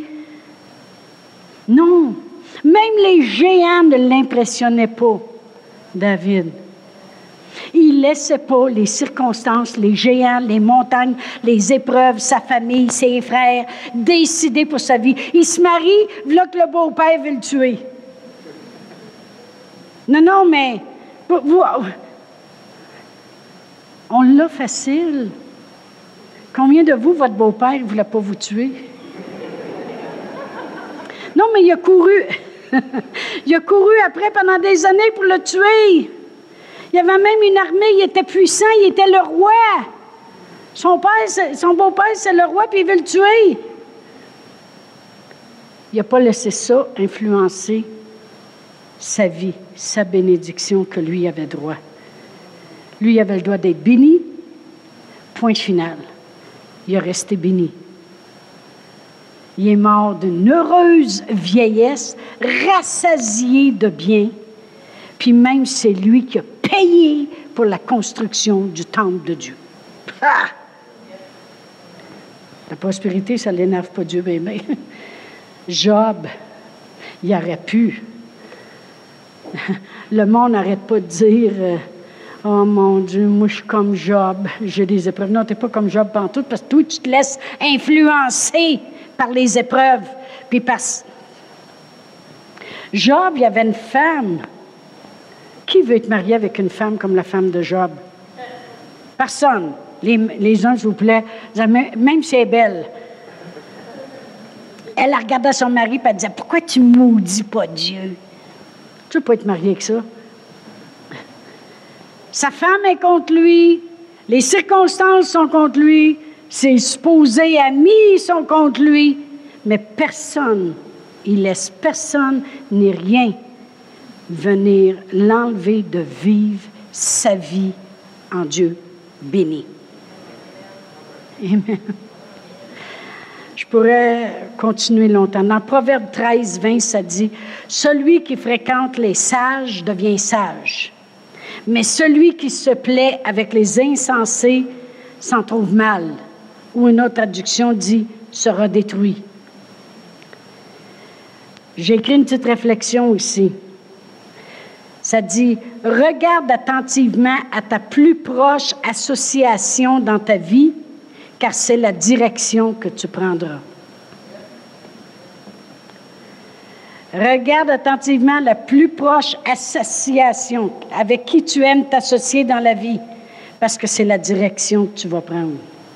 Non, même les géants ne l'impressionnaient pas, David. Il ne laissait pas les circonstances, les géants, les montagnes, les épreuves, sa famille, ses frères, décider pour sa vie. Il se marie, voilà que le beau-père veut le tuer. Non, non, mais vous, on l'a facile. Combien de vous, votre beau-père, ne voulait pas vous tuer? Non, mais il a couru. Il a couru après pendant des années pour le tuer. Il y avait même une armée, il était puissant, il était le roi. Son père, son beau-père, c'est le roi, puis il veut le tuer. Il n'a pas laissé ça influencer sa vie, sa bénédiction que lui avait droit. Lui, il avait le droit d'être béni, point final. Il a resté béni. Il est mort d'une heureuse vieillesse, rassasié de biens, puis même c'est lui qui a payé pour la construction du temple de Dieu. Ah! La prospérité, ça ne l'énerve pas Dieu, bien, bien. Job, il aurait pu. Le monde n'arrête pas de dire euh, « Oh mon Dieu, moi je suis comme Job, j'ai des épreuves. » Non, tu n'es pas comme Job pantoute, parce que toi, tu te laisses influencer par les épreuves. Puis par... Job, il y avait une femme. Qui veut être marié avec une femme comme la femme de Job? Personne. Les, les uns, s'il vous plaît, même si elle est belle. Elle regardait son mari et elle disait « Pourquoi tu ne maudis pas Dieu? » Tu ne veux pas être marié avec ça. Sa femme est contre lui. Les circonstances sont contre lui. Ses supposés amis sont contre lui. Mais personne, il laisse personne ni rien venir l'enlever de vivre sa vie en Dieu béni. Amen. Je pourrais continuer longtemps. Dans Proverbe treize, vingt, ça dit « Celui qui fréquente les sages devient sage, Mais celui qui se plaît avec les insensés s'en trouve mal. Ou une autre traduction dit « sera détruit ». J'ai écrit une petite réflexion ici. Ça dit « Regarde attentivement à ta plus proche association dans ta vie, car c'est la direction que tu prendras. » Regarde attentivement la plus proche association avec qui tu aimes t'associer dans la vie, parce que c'est la direction que tu vas prendre.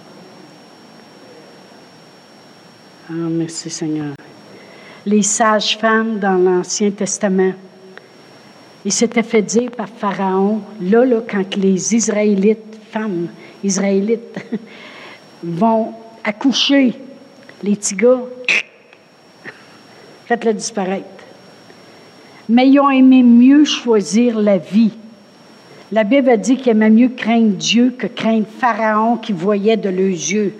Ah, merci Seigneur. Les sages-femmes dans l'Ancien Testament, ils s'étaient fait dire par Pharaon, là, là, quand les Israélites, femmes israélites, vont accoucher, les petits gars, faites-le disparaître. Mais ils ont aimé mieux choisir la vie. La Bible a dit qu'ils aimaient mieux craindre Dieu que craindre Pharaon qui voyait de leurs yeux.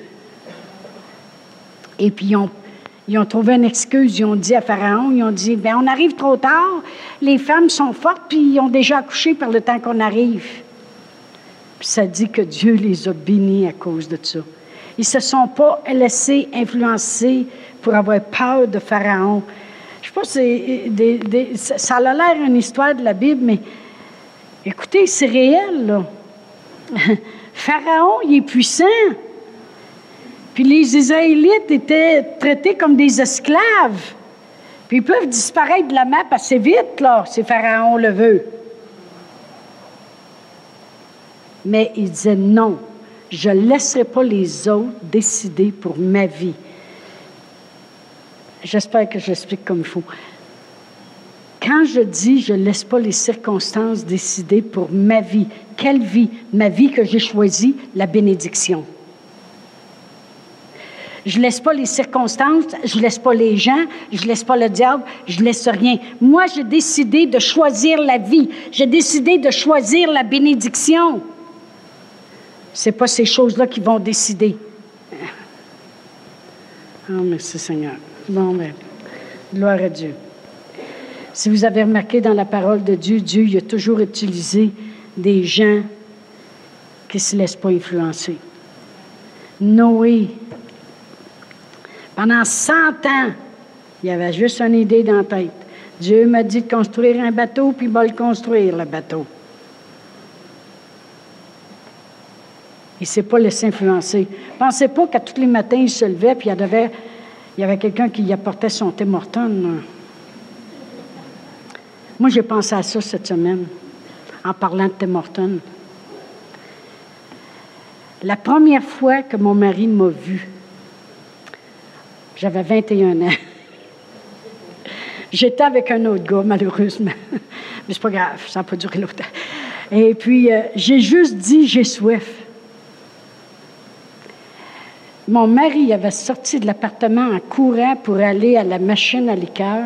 Et puis ils ont, ils ont trouvé une excuse. Ils ont dit à Pharaon, ils ont dit, bien, on arrive trop tard, les femmes sont fortes, puis ils ont déjà accouché par le temps qu'on arrive. Puis ça dit que Dieu les a bénis à cause de ça. Ils ne se sont pas laissés influencer pour avoir peur de Pharaon. Je ne sais pas, c'est des, des, ça a l'air une histoire de la Bible, mais écoutez, c'est réel, là. Pharaon, il est puissant. Puis les Israélites étaient traités comme des esclaves. Puis ils peuvent disparaître de la map assez vite, là, si Pharaon le veut. Mais il disait non, je ne laisserai pas les autres décider pour ma vie. J'espère que j'explique comme il faut. Quand je dis je ne laisse pas les circonstances décider pour ma vie, quelle vie? Ma vie que j'ai choisie, la bénédiction. Je ne laisse pas les circonstances, je ne laisse pas les gens, je ne laisse pas le diable, je ne laisse rien. Moi, j'ai décidé de choisir la vie. J'ai décidé de choisir la bénédiction. Ce n'est pas ces choses-là qui vont décider. Oh, merci Seigneur. Bon, bien, gloire à Dieu. Si vous avez remarqué dans la parole de Dieu, Dieu il a toujours utilisé des gens qui ne se laissent pas influencer. Noé, pendant cent ans, il avait juste une idée dans la tête. Dieu m'a dit de construire un bateau, puis il va le construire, le bateau. Il ne s'est pas laissé influencer. Pensez pas qu'à tous les matins, il se levait, puis il y avait, il y avait quelqu'un qui y apportait son Tim Hortons. Moi, j'ai pensé à ça cette semaine, en parlant de Tim Hortons. La première fois que mon mari m'a vue, j'avais vingt et un ans. J'étais avec un autre gars, malheureusement. Mais c'est pas grave, ça n'a pas duré longtemps. Et puis, euh, j'ai juste dit « j'ai soif ». Mon mari avait sorti de l'appartement en courant pour aller à la machine à liqueur.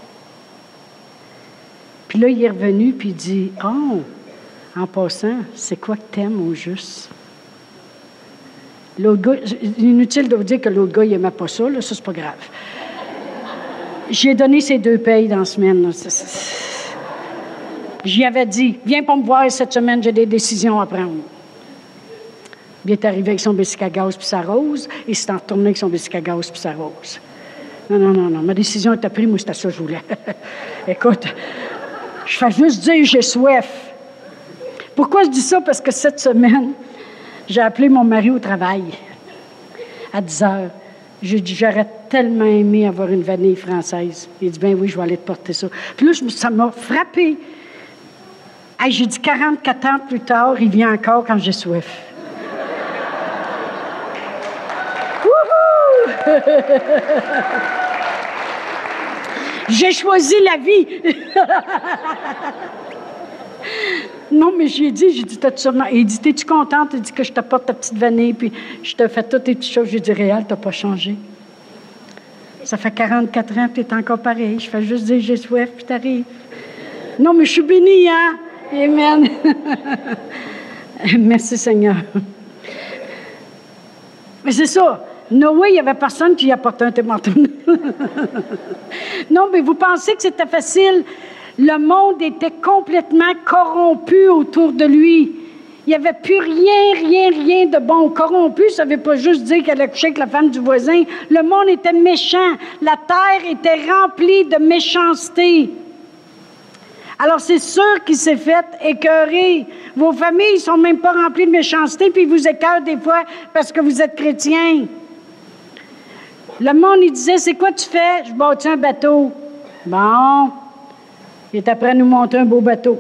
Puis là, il est revenu, puis il dit « Oh, en passant, c'est quoi que t'aimes au juste? » L'autre gars, inutile de vous dire que l'autre gars, il n'aimait pas ça, là, ça, c'est pas grave. J'ai donné ses deux payes dans la semaine. Là. C'est, c'est... J'y avais dit, viens pour me voir cette semaine, j'ai des décisions à prendre. Il est arrivé avec son bicycle à gaz puis sa rose, et il s'est retourné avec son bicycle à gaz puis sa rose. Non, non, non, non, ma décision était prise, moi, c'était ça que je voulais. Écoute, je fais juste dire, j'ai soif. Pourquoi je dis ça? Parce que cette semaine, j'ai appelé mon mari au travail à dix heures. J'ai dit, j'aurais tellement aimé avoir une vanille française. Il dit, bien oui, je vais aller te porter ça. Puis là, je, ça m'a frappé. Hey, j'ai dit, quarante-quatre ans plus tard, il vient encore quand j'ai soif. Wouhou! J'ai choisi la vie. Non, mais j'ai dit, j'ai dit, t'as-tu sûrement... Il dit, t'es-tu contente? Il dit que je t'apporte ta petite vanille, puis je te fais toutes tes petites choses. J'ai dit, réel, t'as pas changé. Ça fait quarante-quatre ans, puis t'es encore pareil. Je fais juste dire, j'ai soif, puis t'arrives. Non, mais je suis bénie, hein? Amen. Merci, Seigneur. Mais c'est ça. Noé, il n'y avait personne qui y apportait un Tim Hortons. Non, mais vous pensez que c'était facile Le monde était complètement corrompu autour de lui. Il n'y avait plus rien, rien, rien de bon. Corrompu, ça ne veut pas juste dire qu'elle a couché avec la femme du voisin. Le monde était méchant. La terre était remplie de méchanceté. Alors, c'est sûr qu'il s'est fait écœurer. Vos familles ne sont même pas remplies de méchanceté, puis ils vous écœurent des fois parce que vous êtes chrétiens. Le monde, il disait, c'est quoi tu fais? Je bâtis un bateau. Bon. Il est après nous monter un beau bateau.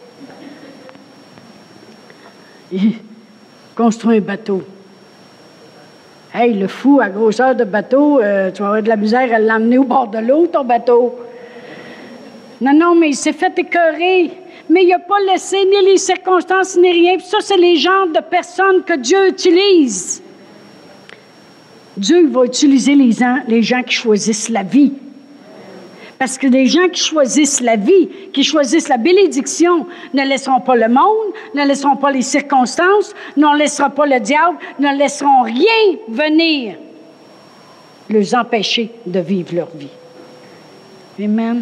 Il construit un bateau. Hey, le fou, à grosseur de bateau, euh, tu vas avoir de la misère à l'emmener au bord de l'eau, ton bateau. Non, non, mais il s'est fait écœurer. Mais il n'a pas laissé ni les circonstances, ni rien. Puis ça, c'est les genres de personnes que Dieu utilise. Dieu va utiliser les gens, les gens qui choisissent la vie. Parce que les gens qui choisissent la vie, qui choisissent la bénédiction, ne laisseront pas le monde, ne laisseront pas les circonstances, ne laisseront pas le diable, ne laisseront rien venir les empêcher de vivre leur vie. Amen.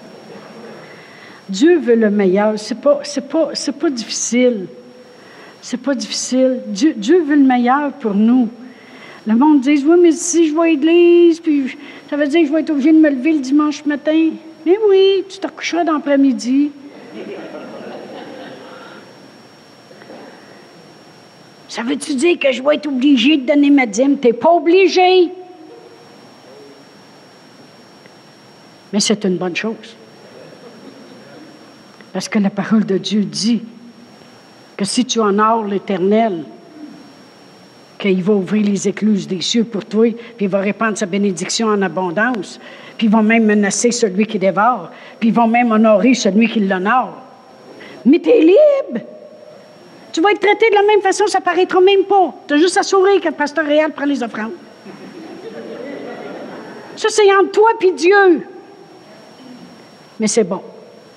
Dieu veut le meilleur. C'est pas, c'est pas, c'est pas difficile. C'est pas difficile. Dieu, Dieu veut le meilleur pour nous. Le monde dit, oui, mais si je vais à l'église, puis ça veut dire que je vais être obligé de me lever le dimanche matin. Mais oui, tu te recoucheras dans l'après-midi. Ça veut-tu dire que je vais être obligé de donner ma dîme? Tu n'es pas obligé. Mais c'est une bonne chose. Parce que la parole de Dieu dit que si tu honores l'Éternel, qu'il va ouvrir les écluses des cieux pour toi, puis il va répandre sa bénédiction en abondance, puis il va même menacer celui qui dévore, puis il va même honorer celui qui l'honore. Mais tu es libre! Tu vas être traité de la même façon, ça ne paraîtra même pas. Tu as juste à sourire quand le pasteur Réal prend les offrandes. Ça, c'est entre toi et Dieu. Mais c'est bon.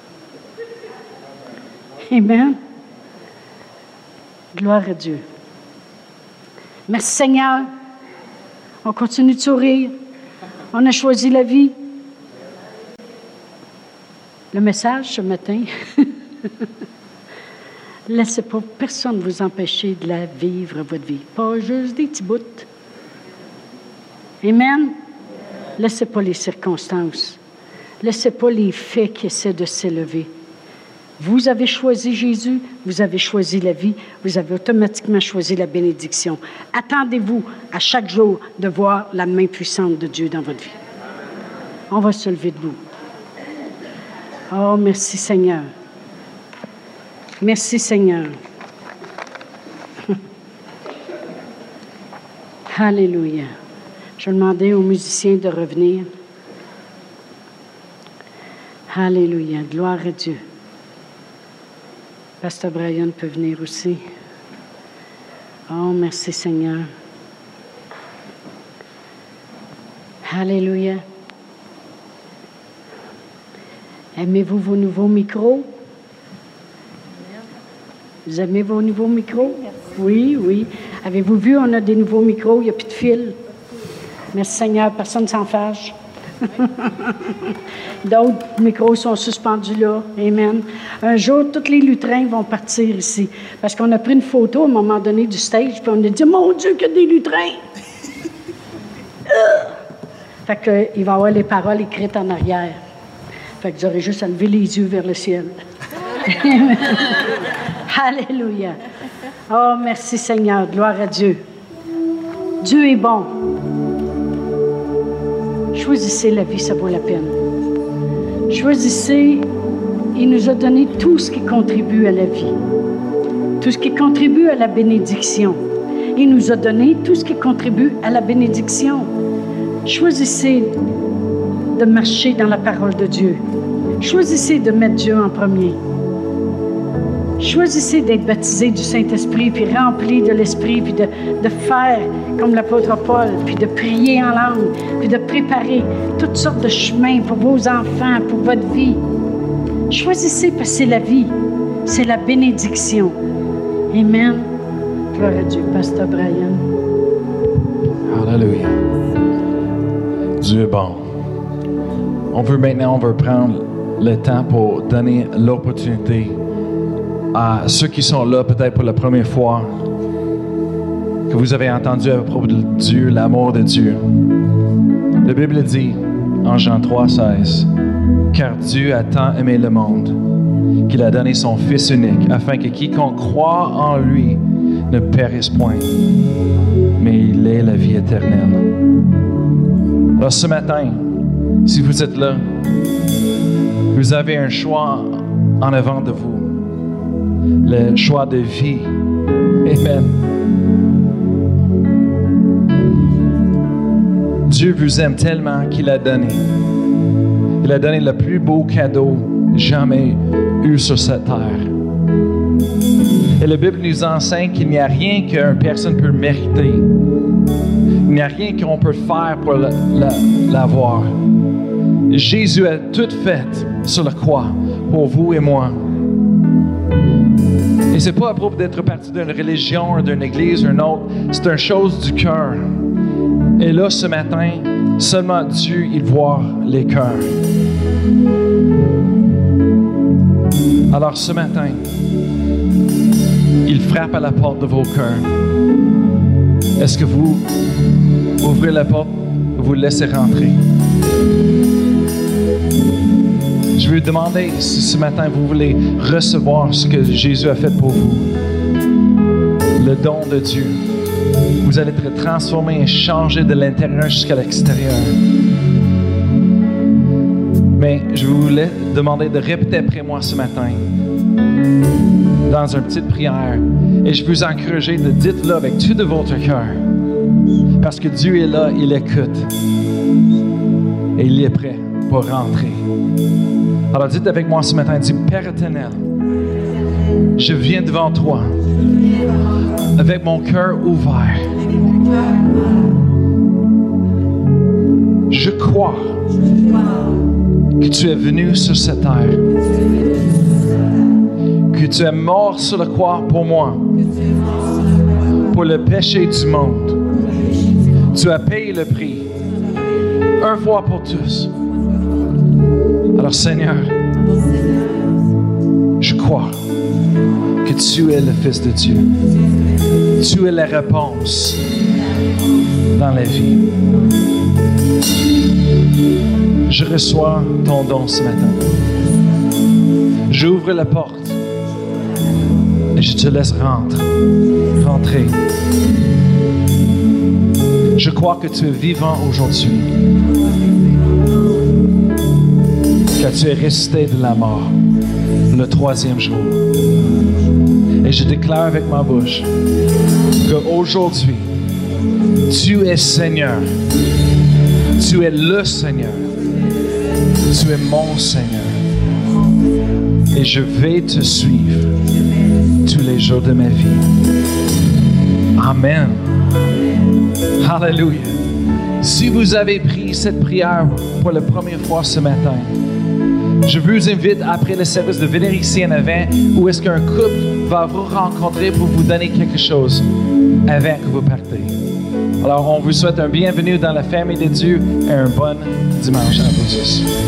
Amen. Gloire à Dieu. Merci Seigneur. On continue de sourire. On a choisi la vie. Le message ce matin, laissez pas personne vous empêcher de la vivre, votre vie. Pas juste des petits bouts. Amen. Laissez pas les circonstances. Laissez pas les faits qui essaient de s'élever. Vous avez choisi Jésus, vous avez choisi la vie, vous avez automatiquement choisi la bénédiction. Attendez-vous à chaque jour de voir la main puissante de Dieu dans votre vie. On va se lever debout. Oh, merci Seigneur. Merci Seigneur. Alléluia. Je vais demander aux musiciens de revenir. Alléluia. Gloire à Dieu. Pasteur Brian peut venir aussi. Oh, merci Seigneur. Alléluia. Aimez-vous vos nouveaux micros? Vous aimez vos nouveaux micros? Oui, oui. Avez-vous vu, on a des nouveaux micros, il n'y a plus de fil. Merci Seigneur, personne ne s'en fâche. D'autres micros sont suspendus là. Amen. Un jour, tous les lutrins vont partir ici. Parce qu'on a pris une photo à un moment donné du stage, puis on a dit, mon Dieu, qu'il y a des lutrins! Fait qu'il va y avoir les paroles écrites en arrière. Fait que j'aurai juste à lever les yeux vers le ciel. Alléluia. Oh, merci Seigneur. Gloire à Dieu. Dieu est bon. Choisissez la vie, ça vaut la peine. Choisissez, il nous a donné tout ce qui contribue à la vie, tout ce qui contribue à la bénédiction. Il nous a donné tout ce qui contribue à la bénédiction. Choisissez de marcher dans la parole de Dieu. Choisissez de mettre Dieu en premier. Choisissez d'être baptisé du Saint-Esprit, puis rempli de l'Esprit, puis de, de faire comme l'apôtre Paul, puis de prier en langue, puis de préparer toutes sortes de chemins pour vos enfants, pour votre vie. Choisissez parce que c'est la vie, c'est la bénédiction. Amen. Gloire à Dieu, Pasteur Brian. Alléluia. Dieu est bon. On veut maintenant, on veut prendre le temps pour donner l'opportunité à ceux qui sont là peut-être pour la première fois, que vous avez entendu à propos de Dieu, l'amour de Dieu. La Bible dit en Jean trois, seize, « Car Dieu a tant aimé le monde qu'il a donné son Fils unique, afin que quiconque croit en lui ne périsse point, mais il ait la vie éternelle. » Alors ce matin, si vous êtes là, vous avez un choix en avant de vous. Le choix de vie. Amen. Dieu vous aime tellement qu'il a donné. Il a donné le plus beau cadeau jamais eu sur cette terre. Et la Bible nous enseigne qu'il n'y a rien qu'une personne peut mériter. Il n'y a rien qu'on peut faire pour l'avoir. Jésus a tout fait sur la croix pour vous et moi. Et c'est pas à propos d'être parti d'une religion, d'une église, ou d'une autre. C'est une chose du cœur. Et là, ce matin, seulement Dieu, il voit les cœurs. Alors ce matin, il frappe à la porte de vos cœurs. Est-ce que vous ouvrez la porte, vous le laissez rentrer? Je vais vous demander si ce matin vous voulez recevoir ce que Jésus a fait pour vous. Le don de Dieu. Vous allez être transformé et changé de l'intérieur jusqu'à l'extérieur. Mais je vais vous demander de répéter après moi ce matin dans une petite prière. Et je vous encourage de dire-le avec tout de votre cœur. Parce que Dieu est là, il écoute. Et il est prêt pour rentrer. Alors dites avec moi ce matin, dites, Père éternel, je viens devant toi avec mon cœur ouvert. Je crois que tu es venu sur cette terre, que tu es mort sur la croix pour moi, pour le péché du monde. Tu as payé le prix, une fois pour tous. Alors Seigneur, je crois que tu es le Fils de Dieu. Tu es la réponse dans la vie. Je reçois ton don ce matin. J'ouvre la porte et je te laisse rentrer. Rentrer. Je crois que tu es vivant aujourd'hui. Que tu es ressuscité de la mort le troisième jour. Et je déclare avec ma bouche qu'aujourd'hui, tu es Seigneur. Tu es le Seigneur. Tu es mon Seigneur. Et je vais te suivre tous les jours de ma vie. Amen. Alléluia. Si vous avez pris cette prière pour la première fois ce matin, je vous invite après le service de venir ici en avant où est-ce qu'un couple va vous rencontrer pour vous donner quelque chose avant que vous partez. Alors, on vous souhaite un bienvenue dans la famille de Dieu et un bon dimanche à vous tous.